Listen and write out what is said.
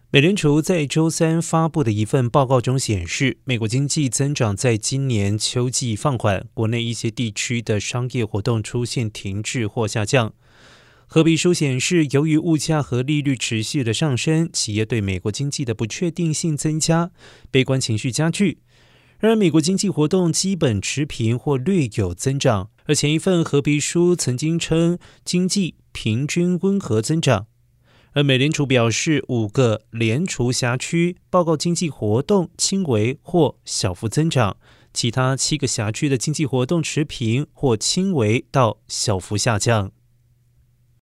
美联储在周三发布的一份报告中显示，美国经济增长在今年秋季放缓，国内一些地区的商业活动出现停滞或下降。褐皮书显示，由于物价和利率持续的上升，企业对美国经济的不确定性增加，悲观情绪加剧。然而，美国经济活动基本持平或略有增长，而前一份褐皮书曾经称经济平均温和增长。而美联储表示，5个联储辖区报告经济活动轻微或小幅增长，其他7个辖区的经济活动持平或轻微到小幅下降。